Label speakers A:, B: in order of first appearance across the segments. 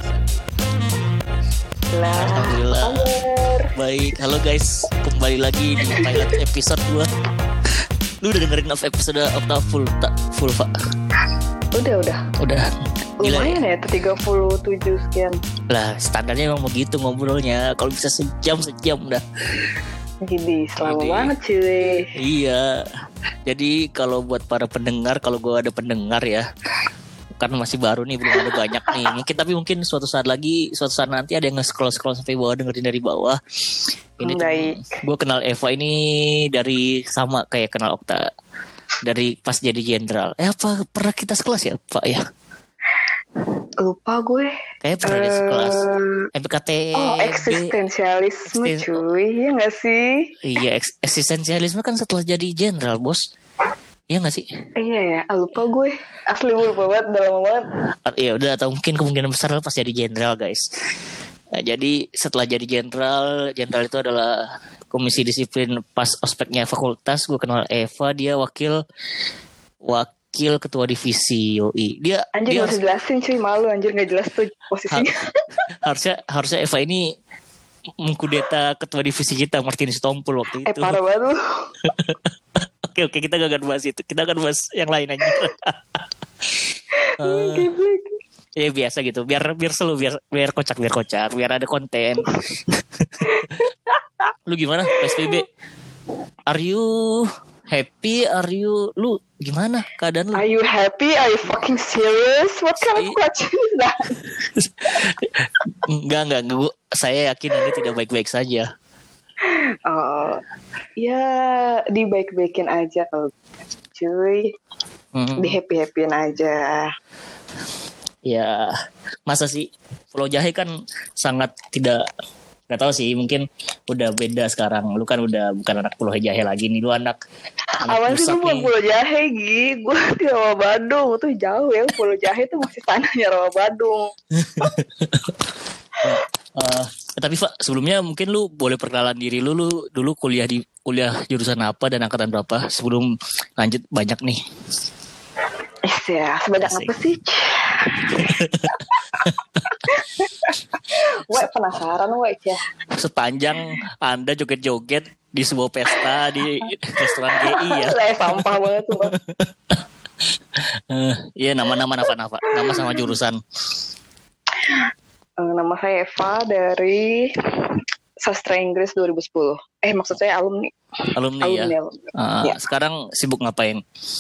A: Alhamdulillah. Baik, halo guys, kembali lagi di pilot episode 2. Lu udah dengerin episode Okta full Pak?
B: Udah. Lumayan ya, 37 sekian.
A: Lah, standarnya emang begitu ngobrolnya. Kalau bisa sejam dah.
B: Gini, selama banget cuy.
A: Iya. Jadi kalau buat para pendengar, kalau gue ada pendengar ya, kan masih baru nih, belum ada banyak nih. Tapi mungkin suatu saat nanti ada yang nge-scroll sampai bawah, dengerin dari bawah. Ini gue kenal Eva ini dari sama kayak kenal Okta, dari pas jadi jenderal. Apa pernah kita sekelas ya Pak ya?
B: Lupa gue.
A: Kayak pernah di sekelas MPKT.
B: Oh, eksistensialisme cuy, ya gak sih?
A: Iya, eksistensialisme kan setelah jadi jenderal bos. Iya gak sih?
B: Iya ya, lupa gue. Asli gue lupa banget, udah lama banget.
A: Iya udah, atau mungkin kemungkinan besar pas jadi jenderal guys. Nah, jadi setelah jadi jenderal itu adalah komisi disiplin pas ospeknya fakultas. Gue kenal Eva, dia wakil ketua divisi YOI. Dia
B: gak usah jelasin cuy, malu anjir gak jelas tuh posisinya.
A: harusnya Eva ini mengkudeta ketua divisi kita, Martinus Tompul waktu itu.
B: Parah banget.
A: Oke, kita gak akan bahas itu. Kita akan bahas yang lain aja. Ya biasa gitu. Biar seru, biar kocak, biar ada konten. Lu gimana PSBB? Are you happy? Lu gimana keadaan lu?
B: Are you happy? Are you fucking serious? What kind of question is that?
A: Enggak. Saya yakin ini tidak baik-baik saja.
B: Oh, ya dibaik-baikin aja kalau cuy. Di happy-happyin aja.
A: Ya, masa sih Pulau Jahe kan sangat tidak, nggak tahu sih, mungkin udah beda sekarang. Lu kan udah bukan anak Pulau Jahe lagi nih, lu anak
B: awalnya sih gue Pulau Jahe gue di Rawa Badung tuh jauh ya. Pulau Jahe tuh masih tanahnya Rawa Badung.
A: Tapi Pak, sebelumnya mungkin lu boleh perkenalan diri lu dulu kuliah jurusan apa dan angkatan berapa sebelum lanjut banyak nih.
B: Ya, sebanyak apa sih? Wek penasaran ya.
A: Sepanjang Anda joget-joget di sebuah pesta di restoran GI ya.
B: Sampah banget tuh.
A: Iya, nama sama jurusan.
B: Nama saya Eva dari Sastra Inggris 2010. Maksud saya alumni ya. Ya.
A: Sekarang sibuk ngapain?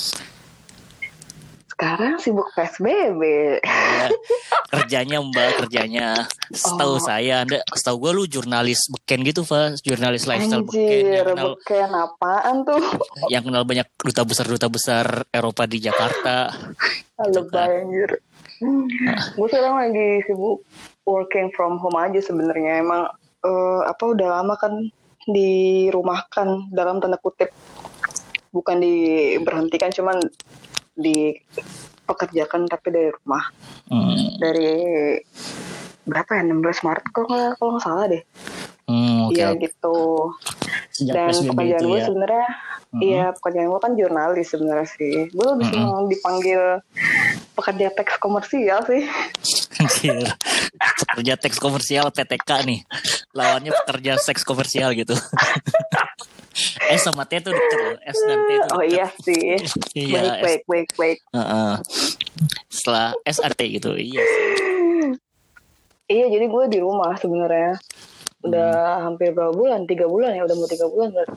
B: Sekarang sibuk PSBB.
A: Ya, kerjanya. Setahu gue lu jurnalis beken gitu, Pak. Jurnalis lifestyle beken.
B: Beken apaan tuh?
A: Yang kenal banyak duta besar Eropa di Jakarta.
B: Lebay anjir. Gue sekarang lagi sibuk working from home aja sebenarnya. Emang udah lama kan dirumahkan dalam tanda kutip. Bukan diberhentikan, cuman dipekerjakan tapi dari rumah. Dari berapa ya, 16 Maret kalau nggak salah deh. Iya gitu.
A: Sejak
B: dan
A: PSBB
B: pekerjaan
A: itu
B: gue
A: ya.
B: Sebenarnya pekerjaan gue kan jurnalis sebenarnya sih. Gue lebih senang dipanggil pekerja teks komersial sih.
A: Pekerja teks komersial PTK nih. Lawannya pekerja seks komersial gitu. S sama T tuh deket loh. S dan T tuh deket.
B: Oh iya sih. Baik.
A: Setelah SRT gitu. Iya sih.
B: Iya, jadi gue di rumah sebenarnya. Udah hampir berapa bulan? 3 bulan ya. Udah mau 3 bulan kan.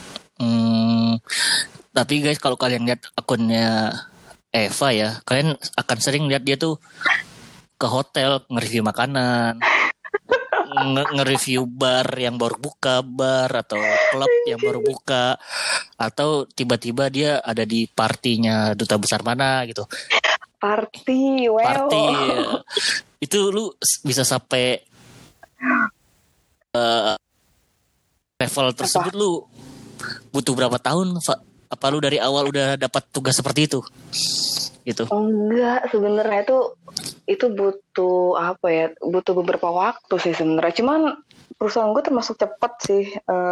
A: Tapi guys, kalau kalian lihat akunnya Eva ya, kalian akan sering lihat dia tuh ke hotel nge-review makanan, nge-review bar yang baru buka, atau klub yang baru buka, atau tiba-tiba dia ada di partinya duta besar mana gitu.
B: Party, wow.
A: Party, itu lu bisa sampai level tersebut. Lu butuh berapa tahun, apa lu dari awal udah dapat tugas seperti itu? Gitu.
B: Enggak, sebenarnya itu butuh butuh beberapa waktu sih sebenarnya. Cuman perusahaan gue termasuk cepat sih.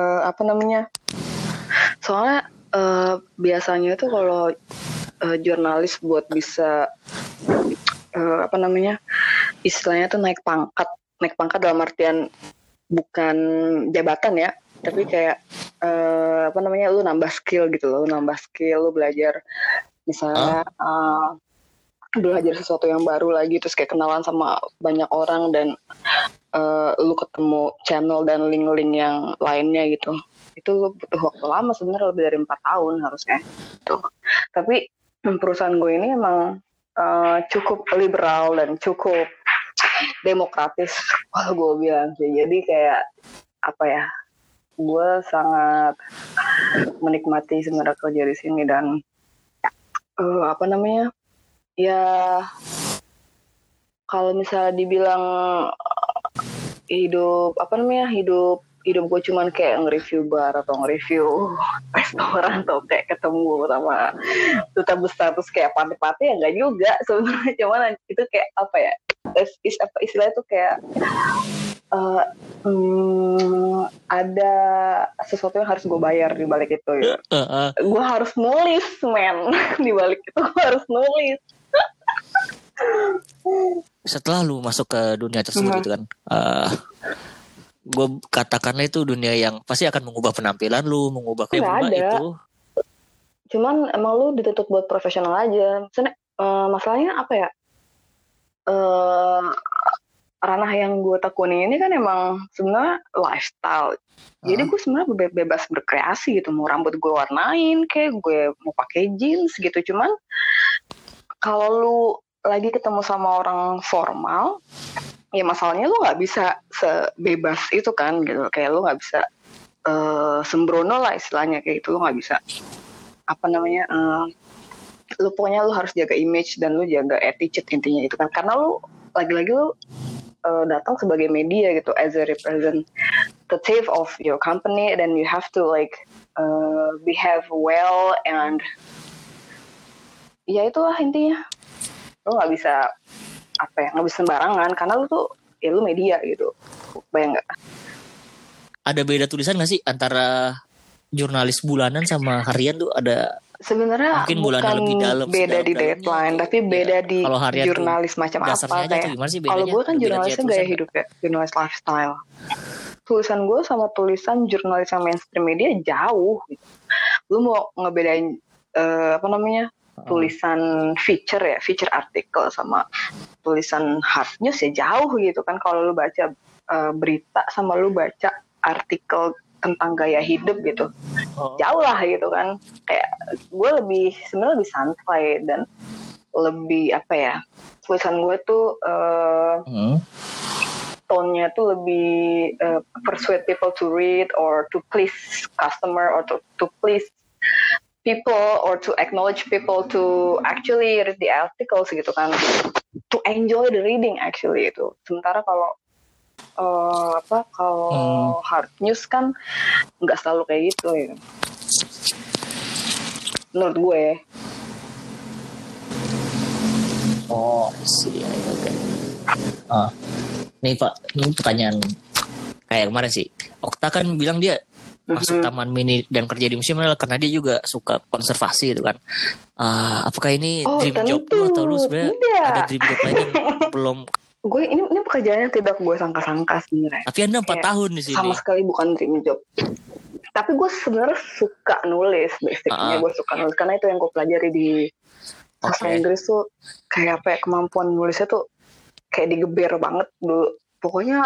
B: Soalnya biasanya itu kalau jurnalis buat bisa istilahnya tuh naik pangkat dalam artian bukan jabatan ya, tapi kayak lu nambah skill gitu loh, lu belajar misalnya belajar sesuatu yang baru lagi, terus kayak kenalan sama banyak orang dan lu ketemu channel dan link-link yang lainnya gitu. Itu lu butuh waktu lama sebenarnya, lebih dari 4 tahun harusnya gitu. Tapi perusahaan gue ini emang cukup liberal dan cukup demokratis kalau gue bilang sih. Jadi kayak apa ya, gue sangat menikmati sebenarnya kerja di sini dan ya kalau misalnya dibilang hidup gue cuman kayak nge-review bar atau nge-review restoran atau kayak ketemu sama duta besar terus kayak party-party ya enggak juga sebenarnya. Cuman itu kayak apa ya, istilahnya tuh kayak ada sesuatu yang harus gue bayar di balik itu ya. Gue harus nulis di balik itu gue harus nulis.
A: Setelah lu masuk ke dunia tersebut gitu kan, gue katakanlah itu dunia yang pasti akan mengubah penampilan lu, mengubah kayak itu.
B: Cuman emang lu ditutup buat profesional aja. Misalnya, masalahnya apa ya? Ranah yang gue tekuni ini kan emang sebenarnya lifestyle. Jadi gue sebenarnya bebas berkreasi gitu. Mau rambut gue warnain, kayak gue mau pakai jeans gitu. Cuman kalau lu lagi ketemu sama orang formal, ya masalahnya lu nggak bisa sebebas itu kan gitu. Kayak lu nggak bisa sembrono lah istilahnya, kayak itu lu nggak bisa lu pokoknya lu harus jaga image dan lu jaga attitude intinya itu kan, karena lu lagi-lagi lu datang sebagai media gitu, as a representative of your company, then you have to behave well and ya itulah intinya. Lu nggak bisa sembarangan karena lu tuh ya lu media gitu. Bayang nggak?
A: Ada beda tulisan nggak sih antara jurnalis bulanan sama harian tuh? Ada
B: sebenarnya bukan lebih dalam, beda di deadline, tapi beda di jurnalis macam apa kayak. Kalau gue kan jurnalisnya gaya hidup ya, jurnalis lifestyle. Tulisan gue sama tulisan jurnalis yang mainstream media jauh. Gitu. Lu mau ngebedain tulisan feature artikel sama tulisan hard news ya jauh gitu kan. Kalau lu baca berita sama lu baca artikel tentang gaya hidup gitu, jauh lah gitu kan. Kayak gue sebenarnya lebih santai dan lebih tulisan gue tuh tone-nya tuh lebih persuade people to read or to please customer or to please people or to acknowledge people to actually read the articles gitu kan, to enjoy the reading actually itu. Sementara kalau hard news kan nggak selalu kayak gitu ya, menurut gue.
A: Sih, oke. Nih Pak, ini pertanyaan kayak kemarin sih. Okta kan bilang dia masuk Taman Mini dan kerja di museum adalah karena dia juga suka konservasi gitu kan. Apakah ini dream job lu atau lu sebenarnya ada dream job lain yang belum?
B: Gue ini pekerjaan yang tidak gue sangka-sangka sebenarnya.
A: Tapi Anda 4 tahun di sini.
B: Sama sekali bukan dream job. Tapi gue sebenarnya suka nulis, basicnya gue suka nulis karena itu yang gue pelajari di bahasa Inggris tuh kayak kemampuan nulisnya tuh kayak digeber banget dulu. Pokoknya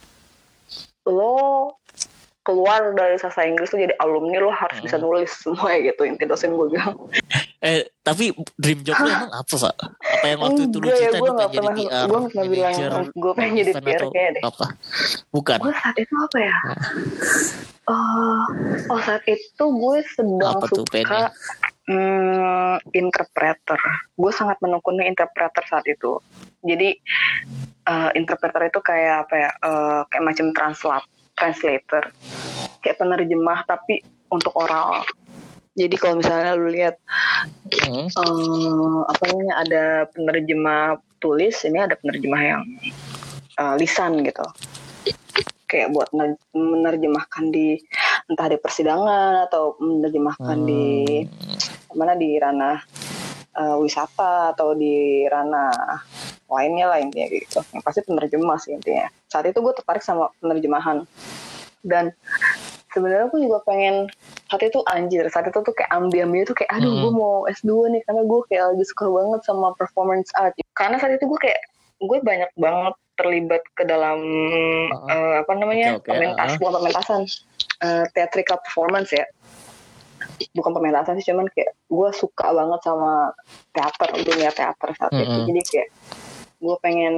B: lo keluar dari sastra Inggris tuh jadi alumni lo harus bisa nulis semua gitu, inti dosen gue bilang.
A: Tapi dream job lo emang apa Pak? Apa yang waktu itu lu cerita
B: gue nggak pernah bilang gue pengen jadi PR kayak deh.
A: Apa? Bukan.
B: Gue saat itu apa ya? Saat itu gue sedang suka interpreter. Gue sangat menekuni interpreter saat itu. Jadi interpreter itu kayak kayak macam translator, kayak penerjemah tapi untuk oral. Jadi kalau misalnya lu lihat ada penerjemah tulis, ini ada penerjemah yang lisan gitu. Kayak buat menerjemahkan di entah di persidangan atau menerjemahkan di ranah wisata atau di ranah lainnya lah intinya gitu. Yang pasti penerjemah sih intinya. Saat itu gue tertarik sama penerjemahan. Dan sebenarnya aku juga pengen saat itu tuh kayak ambil tuh kayak aduh gue mau S2 nih karena gue kayak lagi suka banget sama performance art. Karena saat itu gue banyak banget terlibat ke dalam pementasan theatrical performance ya. Bukan pementasan sih, cuman kayak gue suka banget sama dunia teater saat itu. Jadi kayak gue pengen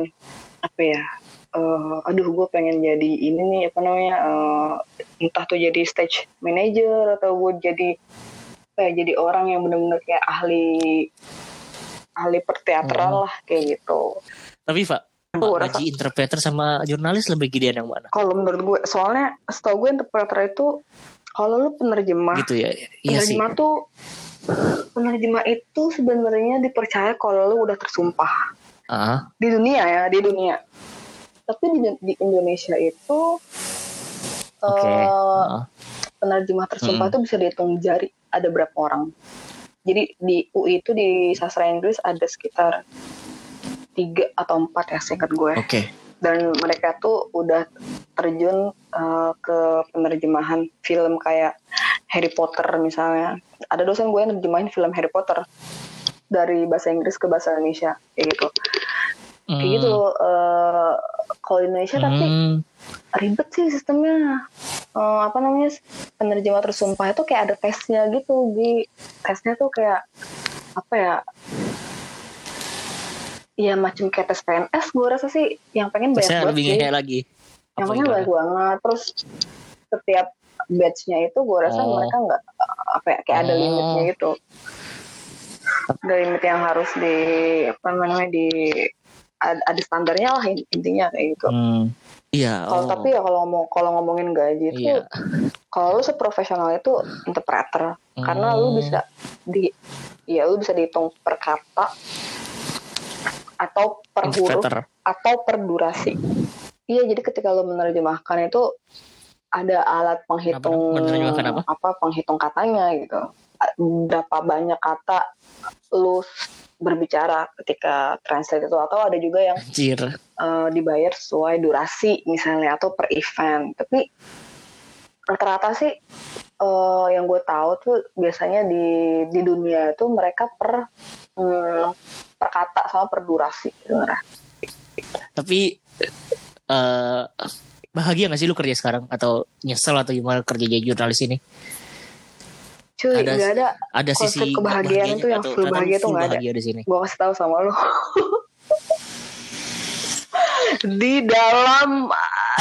B: gue pengen jadi ini nih entah tuh jadi stage manager atau gue jadi orang yang benar-benar kayak ahli perteateran lah kayak gitu.
A: Tapi Pak, ngaji interpreter sama jurnalis lebih gedean yang mana? Kalau
B: menurut gue, soalnya setahu gue interpreter itu kalau lu penerjemah
A: gitu ya. Iya
B: penerjemah sih. Penerjemah itu sebenarnya dipercaya kalau lu udah tersumpah. Di dunia. Tapi di Indonesia itu penerjemah tersumpah itu bisa dihitung jari ada berapa orang. Jadi di UI itu di sastra Inggris ada sekitar 3 atau 4 ya seingat gue. Dan mereka tuh udah terjun ke penerjemahan film kayak Harry Potter misalnya. Ada dosen gue yang nerjemahin film Harry Potter dari bahasa Inggris ke bahasa Indonesia kayak gitu. Kayak gitu. Kalau di Indonesia tapi ribet sih sistemnya. Penerjemah tersumpah itu kayak ada tesnya gitu. Tesnya tuh kayak ya macam kayak tes PNS. Gue rasa sih yang pengen banyak banget sih.
A: Lagi.
B: Yang pengen banyak banget. Terus setiap batch-nya itu gue rasa mereka nggak kayak ada limitnya gitu. Ada limit yang harus ada standarnya lah intinya kayak gitu.
A: Iya.
B: Tapi ya kalau ngomongin gaji itu, kalau lu seprofesional itu interpreter, karena lu bisa dihitung per kata atau per huruf atau per durasi. Iya, jadi ketika lu menerjemahkan itu ada alat penghitung penghitung katanya gitu. Berapa banyak kata lu berbicara ketika translate itu, atau ada juga yang dibayar sesuai durasi misalnya atau per event. Tapi rata-rata sih yang gue tahu tuh biasanya di dunia itu mereka per kata sama per durasi sebenarnya.
A: Tapi bahagia gak sih lu kerja sekarang, atau nyesel atau gimana kerja jadi jurnalis ini?
B: Cuy, nggak ada konsep
A: sisi
B: kebahagiaan itu yang full bahagia tuh nggak ada. Gue kasih tahu sama lo. di dalam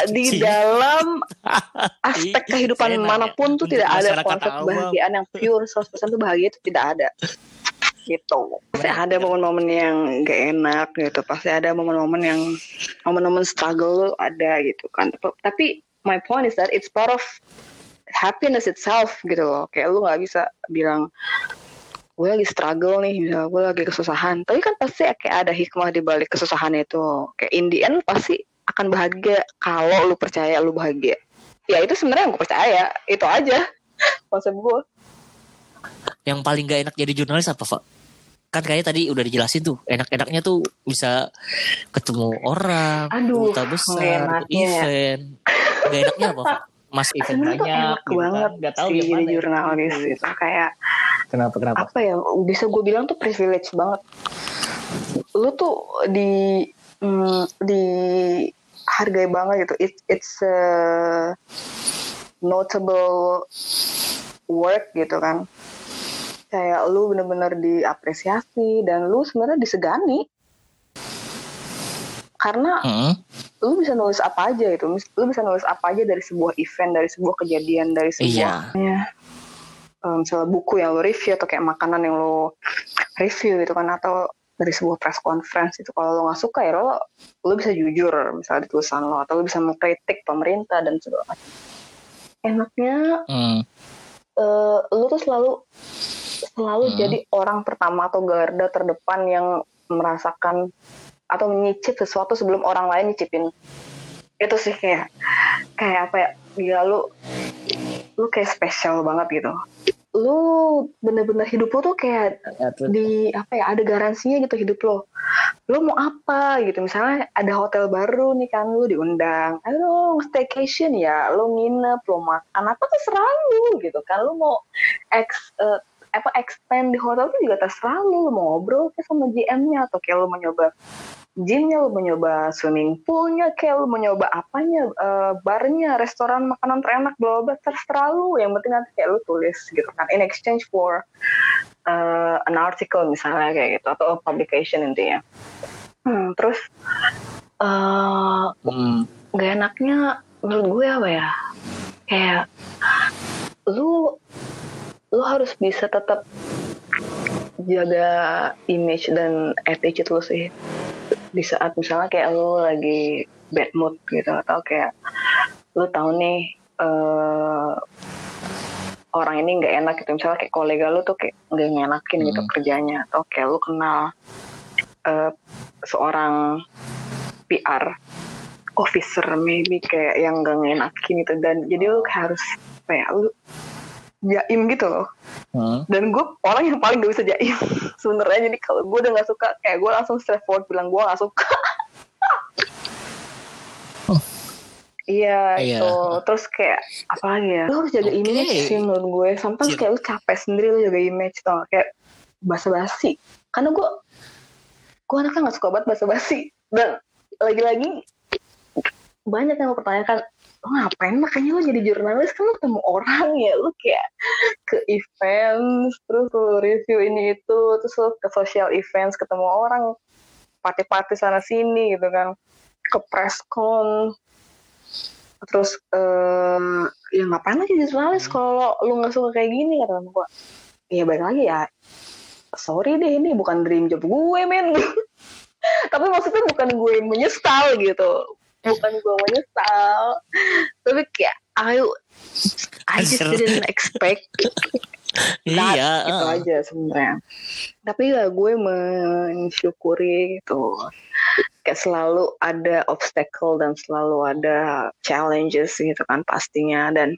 B: aspek kehidupan manapun tuh tidak ada konsep kebahagiaan yang pure 100% tuh bahagia itu tidak ada. Gitu. Pasti ada momen-momen yang gak enak gitu. Pasti ada momen-momen struggle ada gitu kan. Tapi my point is that it's part of happiness itself gitu loh. Kayak lu gak bisa bilang gue lagi struggle nih, gue lagi kesusahan. Tapi kan pasti kayak ada hikmah di balik kesusahan itu. Kayak in the end pasti akan bahagia kalau lu percaya lu bahagia. Ya itu sebenarnya yang gue percaya. Itu aja konsep gue.
A: Yang paling gak enak jadi jurnalis apa, Pak? Kan kayaknya tadi udah dijelasin tuh. Enak-enaknya tuh bisa ketemu orang, duta besar, event. Gak enaknya apa, Pak? Mas event banyak
B: enak gitu banget kan. Gak tahu sih jadi jurnalis itu kayak
A: kenapa
B: apa ya, bisa gue bilang tuh privilege banget. Lu tuh di hargai banget gitu. It's a notable work gitu kan. Kayak lu bener-bener diapresiasi dan lu sebenarnya disegani. Karena lu bisa nulis apa aja gitu. Lu bisa nulis apa aja dari sebuah event, dari sebuah kejadian, dari sebuah misalnya buku yang lu review atau kayak makanan yang lu review gitu kan, atau dari sebuah press conference itu. Kalau lu gak suka ya lu bisa jujur misalnya di tulisan lo, atau lu bisa mengkritik pemerintah dan segala macam. Enaknya lu tuh selalu jadi orang pertama atau garda terdepan yang merasakan atau menyicip sesuatu sebelum orang lain nyicipin. Itu sih kayak apa ya, gila lu kayak spesial banget gitu. Lu bener-bener hidup lu tuh kayak ada garansinya gitu hidup lo. lo mau apa gitu, misalnya ada hotel baru nih kan, lo diundang, ayo dong staycation ya, lo nginep, lo makan apa terserah lo gitu kan, lo mau expand di hotel itu juga terserah lo mau ngobrol kayak sama GM-nya, atau kayak lo mau nyoba gymnya, lo mau nyoba swimming poolnya, kayak lo mau nyoba apanya, barnya, restoran makanan terenak, bla bla, terserah lo, yang penting nanti kayak lo tulis gitu kan, in exchange for an article misalnya kayak gitu, atau publication intinya. Terus gak enaknya menurut gue apa ya, kayak lu harus bisa tetap jaga image dan attitude lu sih di saat misalnya kayak lu lagi bad mood gitu, atau kayak lu tahu nih orang ini nggak enak gitu, misalnya kayak kolega lu tuh kayak nggak ngenakin gitu kerjanya, atau kayak lu kenal seorang PR officer maybe kayak yang nggak ngenakin gitu, dan jadi lu harus kayak lu jaim gitu loh. Dan gue orang yang paling gak bisa jaim sebenarnya, jadi kalau gue udah nggak suka kayak gue langsung straightforward bilang gue nggak suka. Iya itu. Terus kayak apa lagi ya, lu harus jaga image sih menurut gue. Sometimes kayak lu capek sendiri lu jaga image tau, kayak basa-basi. Karena gue anaknya gak suka banget basa-basi. Dan lagi-lagi banyak yang mempertanyakan, lo ngapain makanya lo jadi jurnalis, kan lo ketemu orang ya, lo kayak ke events, terus lo review ini itu, terus lo ke social events, ketemu orang, party-party sana sini gitu kan, ke press con, terus ya ngapain lo jadi jurnalis kalau lo nggak suka kayak gini, kata gue. Ya balik lagi ya, sorry deh, ini bukan dream job gue men. Tapi maksudnya bukan gue menyesal gitu, bukan gue menyesal, tapi kayak I just didn't expect that, itu aja sebenarnya. Tapi ya gue mensyukuri gitu, kayak selalu ada obstacle dan selalu ada challenges gitu kan pastinya. Dan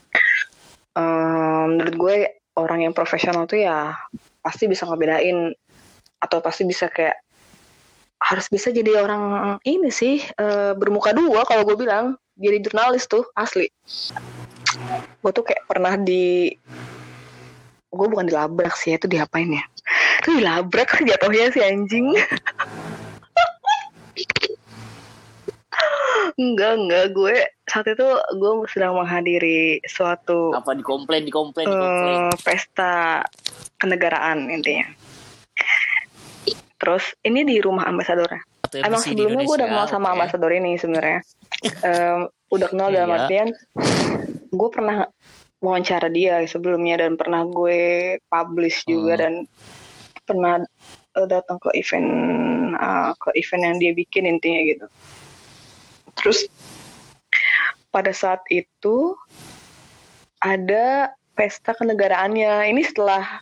B: menurut gue orang yang profesional tuh ya pasti bisa ngebedain, atau pasti bisa kayak harus bisa jadi orang ini sih, bermuka dua kalau gue bilang, jadi jurnalis tuh asli. Gue tuh kayak pernah gue bukan dilabrak sih, itu diapain ya? Itu dilabrak kan jatuhnya si anjing. Enggak, gue saat itu gue sedang menghadiri suatu
A: apa dikomplain
B: pesta kenegaraan intinya. Terus ini di rumah ambasador. Emang sebelumnya gue udah kenal sama ambasador ini sebenarnya. Udah kenal dalam artian gue pernah wawancara dia sebelumnya, dan pernah gue publish juga, dan pernah datang ke event yang dia bikin intinya gitu. Terus pada saat itu ada pesta kenegaraannya. Ini setelah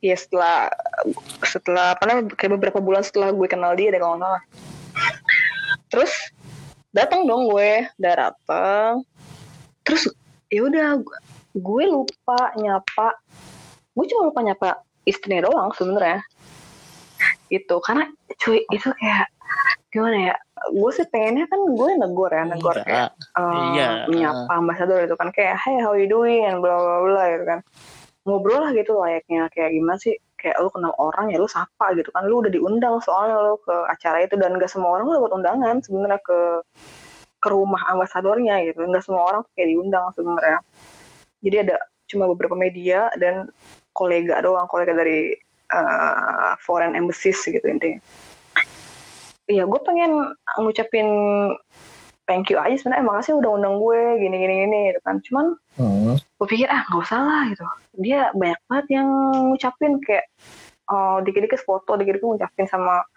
B: kayak beberapa bulan setelah gue kenal dia deh kalau nggak salah. Terus datang dong, gue datang. Terus ya udah gue lupa nyapa. Gue cuma lupa nyapa istrinya doang sebenarnya. Itu karena cuy itu kayak gimana ya? Gue sih pengennya kan gue negor kayak menyapa ambasador itu kan, kayak hey how you doing and bla bla bla gitu kan, ngobrol lah gitu layaknya kayak gimana sih, kayak lu kenal orang ya lu sapa gitu kan, lu udah diundang soalnya lu ke acara itu, dan gak semua orang dapat undangan sebenarnya ke rumah ambasadornya gitu, gak semua orang kayak diundang sebenarnya. Jadi ada cuma beberapa media dan kolega dari foreign embassies gitu intinya. Iya, gue pengen ngucapin thank you aja sebenarnya, makasih udah undang gue gini gitu kan. Cuman gue pikir nggak usah lah gitu. Dia banyak banget yang ngucapin kayak dikit-dikit foto, dikit-dikit ngucapin sama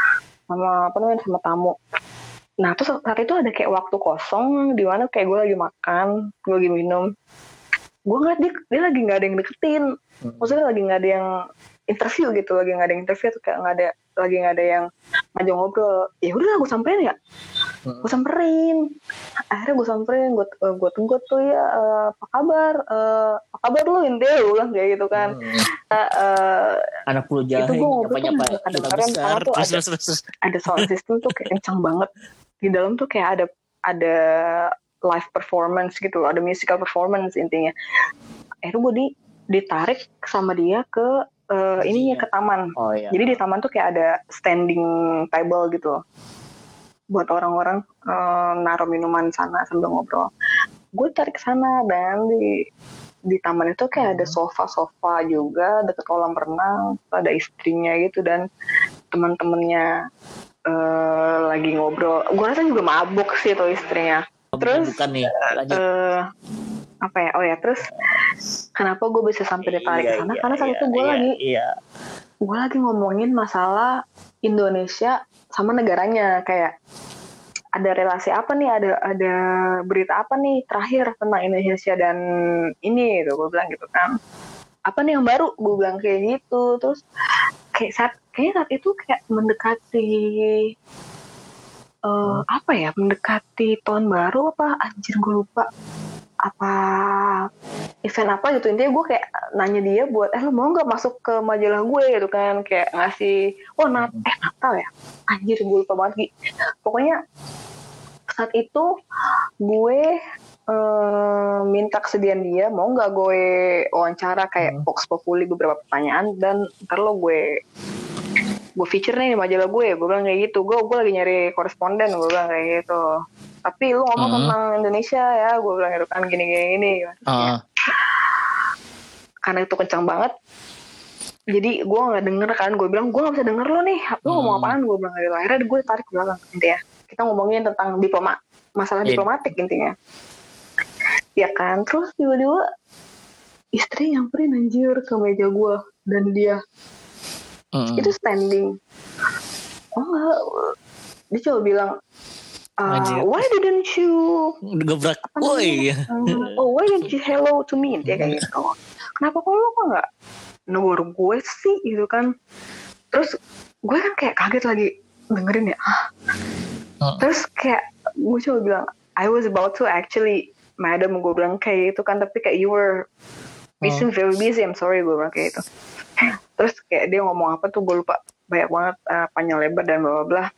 B: tamu. Nah terus saat itu ada kayak waktu kosong di mana kayak gue lagi makan, gue lagi minum. Gue ngeliat dia lagi nggak ada yang deketin, maksudnya lagi nggak ada yang interview gitu, lagi nggak ada yang interview tuh kayak nggak ada yang ngajak ngobrol. Ya udah gue samperin ya, gue samperin. akhirnya gue samperin, gue tunggu tuh ya, apa kabar lu, intinya lu bilang kayak gitu kan.
A: Anak Pulau
B: Itu
A: Jahe
B: gue ngobrol tuh
A: nyapa
B: gak
A: duta
B: kedengeran,
A: besar.
B: karena tuh ada sound system tuh kayak kencang banget. Di dalam tuh kayak ada live performance gitu, ada musical performance intinya. Akhirnya gue ditarik sama dia ke ininya, ke taman.
A: Iya.
B: Jadi di taman tuh kayak ada standing table gitu buat orang-orang naruh minuman sana sambil ngobrol. Gue tarik ke sana, dan di taman itu kayak ada sofa juga dekat kolam renang, ada istrinya gitu dan teman-temannya lagi ngobrol. Gue rasa juga mabuk sih tuh istrinya. Terus
A: bukan nih,
B: apa ya? Oh ya, terus kenapa gue bisa sampai ditarik ke sana? Karena saat itu gue lagi ngomongin masalah Indonesia sama negaranya, kayak ada relasi apa nih, ada berita apa nih terakhir tentang Indonesia dan ini gitu, gue bilang gitu kan. Apa nih yang baru, gue bilang kayak gitu. Terus kayaknya saat itu kayak mendekati mendekati tahun baru apa, anjir gue lupa apa event apa gitu. Intinya gue kayak nanya dia buat lo mau nggak masuk ke majalah gue gitu kan, kayak ngasih Natal ya, anjir gue lupa banget. Pokoknya saat itu gue minta kesediaan dia, mau nggak gue wawancara kayak Vox Populi beberapa pertanyaan, dan ntar lo gue feature nih di majalah gue bilang kayak gitu. Gue lagi nyari koresponden, gue bilang kayak gitu. Tapi lu ngomong tentang Indonesia ya, gue bilang gitu kan, gini. Karena itu kencang banget, jadi gue nggak denger kan. Gue bilang gue nggak bisa denger lo nih, lu ngomong apaan, gue bilang gitu. Akhirnya gue tarik ke belakang intinya. Kita ngomongin tentang masalah diplomatik intinya. Ya kan, terus tiba-tiba istri nyamperin anjir ke meja gue, dan dia itu standing. Dia coba bilang, why didn't you
A: gebrak?
B: why didn't you hello to me? Dia kayak gitu. Kenapa kok nggak negor gue sih gitu kan? Terus gue kan kayak kaget lagi dengerin ya. Terus kayak gue coba bilang, I was about to actually, madam, gue bilang kayak gitu kan, tapi kayak you were very busy, I'm sorry, gue bilang kayak gitu. Terus kayak dia ngomong apa tuh gue lupa, banyak banget panjang lebar dan bla bla bla.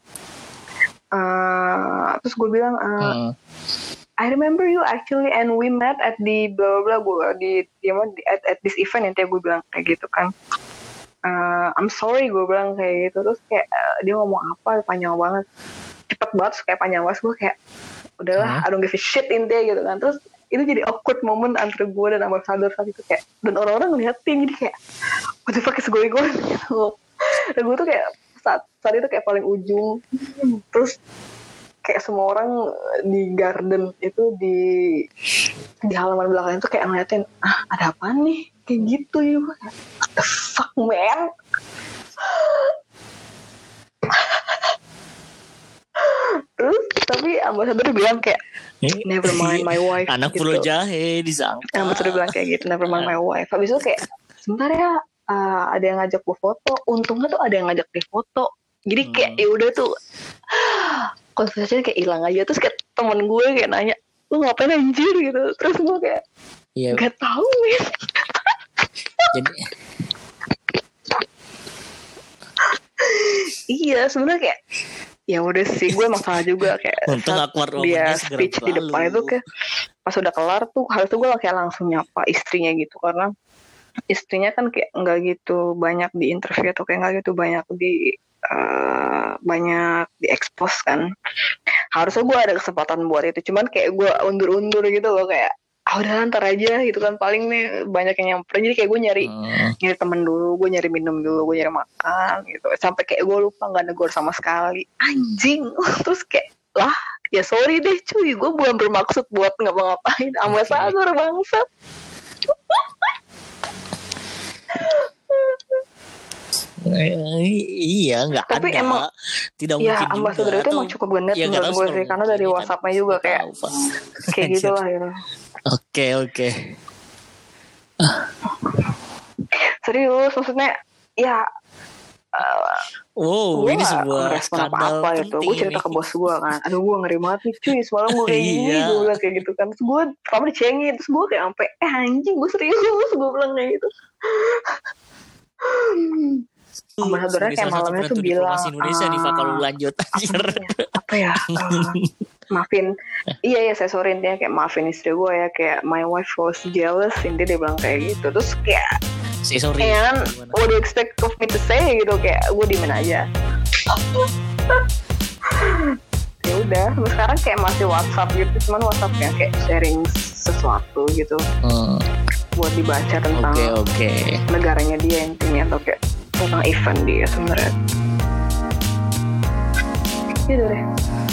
B: Terus gue bilang, I remember you actually, and we met at the bla bla bla, gue at this event, intinya gue bilang kayak gitu kan. I'm sorry, gue bilang kayak gitu. Terus kayak dia ngomong apa panjang banget, cepet banget, kayak panjang banget. Gue kayak udahlah, I don't give a shit intinya gitu kan. Terus itu jadi awkward moment antara gue dan ambasador saat itu, kayak, dan orang-orang ngeliatin, jadi kayak what the fuck is going on gitu. Dan gue tuh kayak saat itu kayak paling ujung. Terus kayak semua orang di garden itu, di halaman belakang itu kayak ngeliatin, ada apa nih kayak gitu ya. What the fuck man. Terus tapi ambasador bilang kayak, never mind my wife.
A: Anak
B: gitu.
A: Pulau Jahe disangka.
B: Ambasador bilang kayak gitu, never mind my wife. Habis itu kayak, sebentar ya, ada yang ngajak gue foto. Untungnya tuh ada yang ngajak dia foto. Jadi kayak ya udah tuh konversasinya kayak hilang aja. Terus kayak temen gue kayak nanya, lu ngapain anjir gitu. Terus gue kayak gak tahu men.
A: Jadi
B: iya sebenarnya kayak ya udah sih, gue emang salah juga kayak dia speech di depan itu kayak pas udah kelar tuh harus tuh gue kayak langsung nyapa istrinya gitu, karena istrinya kan kayak nggak gitu banyak di interview atau kayak nggak gitu banyak di expose kan. Harusnya gue ada kesempatan buat itu, cuman kayak gue undur-undur gitu loh, kayak udah ntar aja gitu kan, paling nih banyak yang nyamperin. Jadi kayak gue nyari temen dulu, gue nyari minum dulu, gue nyari makan gitu, sampai kayak gue lupa nggak negor sama sekali anjing. Terus kayak lah ya sorry deh cuy, gue bukan bermaksud buat ngapa-ngapain ambasador bangsat.
A: Iya nggak ada.
B: Tapi emang
A: tidak
B: ya,
A: mungkin
B: ambasador
A: juga,
B: itu emang cukup genit menurut gue sih, karena dari WhatsApp-nya juga kayak gitu lah gitu.
A: Oke.
B: Serius, maksudnya ya
A: Wow, ini sebuah
B: ngerespon
A: skandal
B: apa-apa itu. Gue cerita ke bos gue kan, aduh gue ngeri banget nih cuy, semalam gue kayak gini,
A: Iya.
B: gue bilang kayak gitu kan. Terus gue pertama dicengin, terus gue kayak sampai anjing gue serius, gue bilang kayak gitu. Ambasadornya kayak malamnya tuh bilang
A: Indonesia nih Pak kalau lanjut anjir.
B: Apa ya? Maafin, iya saya sorry dia kayak maafin istri gue ya, kayak my wife was jealous, intinya dia bilang kayak gitu. Terus kayak
A: Say sorry.
B: and what do you expect of me to say gitu, kayak gue diemin aja. Ya udah, sekarang kayak masih WhatsApp gitu, cuman WhatsAppnya kayak sharing sesuatu gitu buat dibaca tentang negaranya dia intinya, atau kayak tentang event dia sebenarnya. Gitu deh.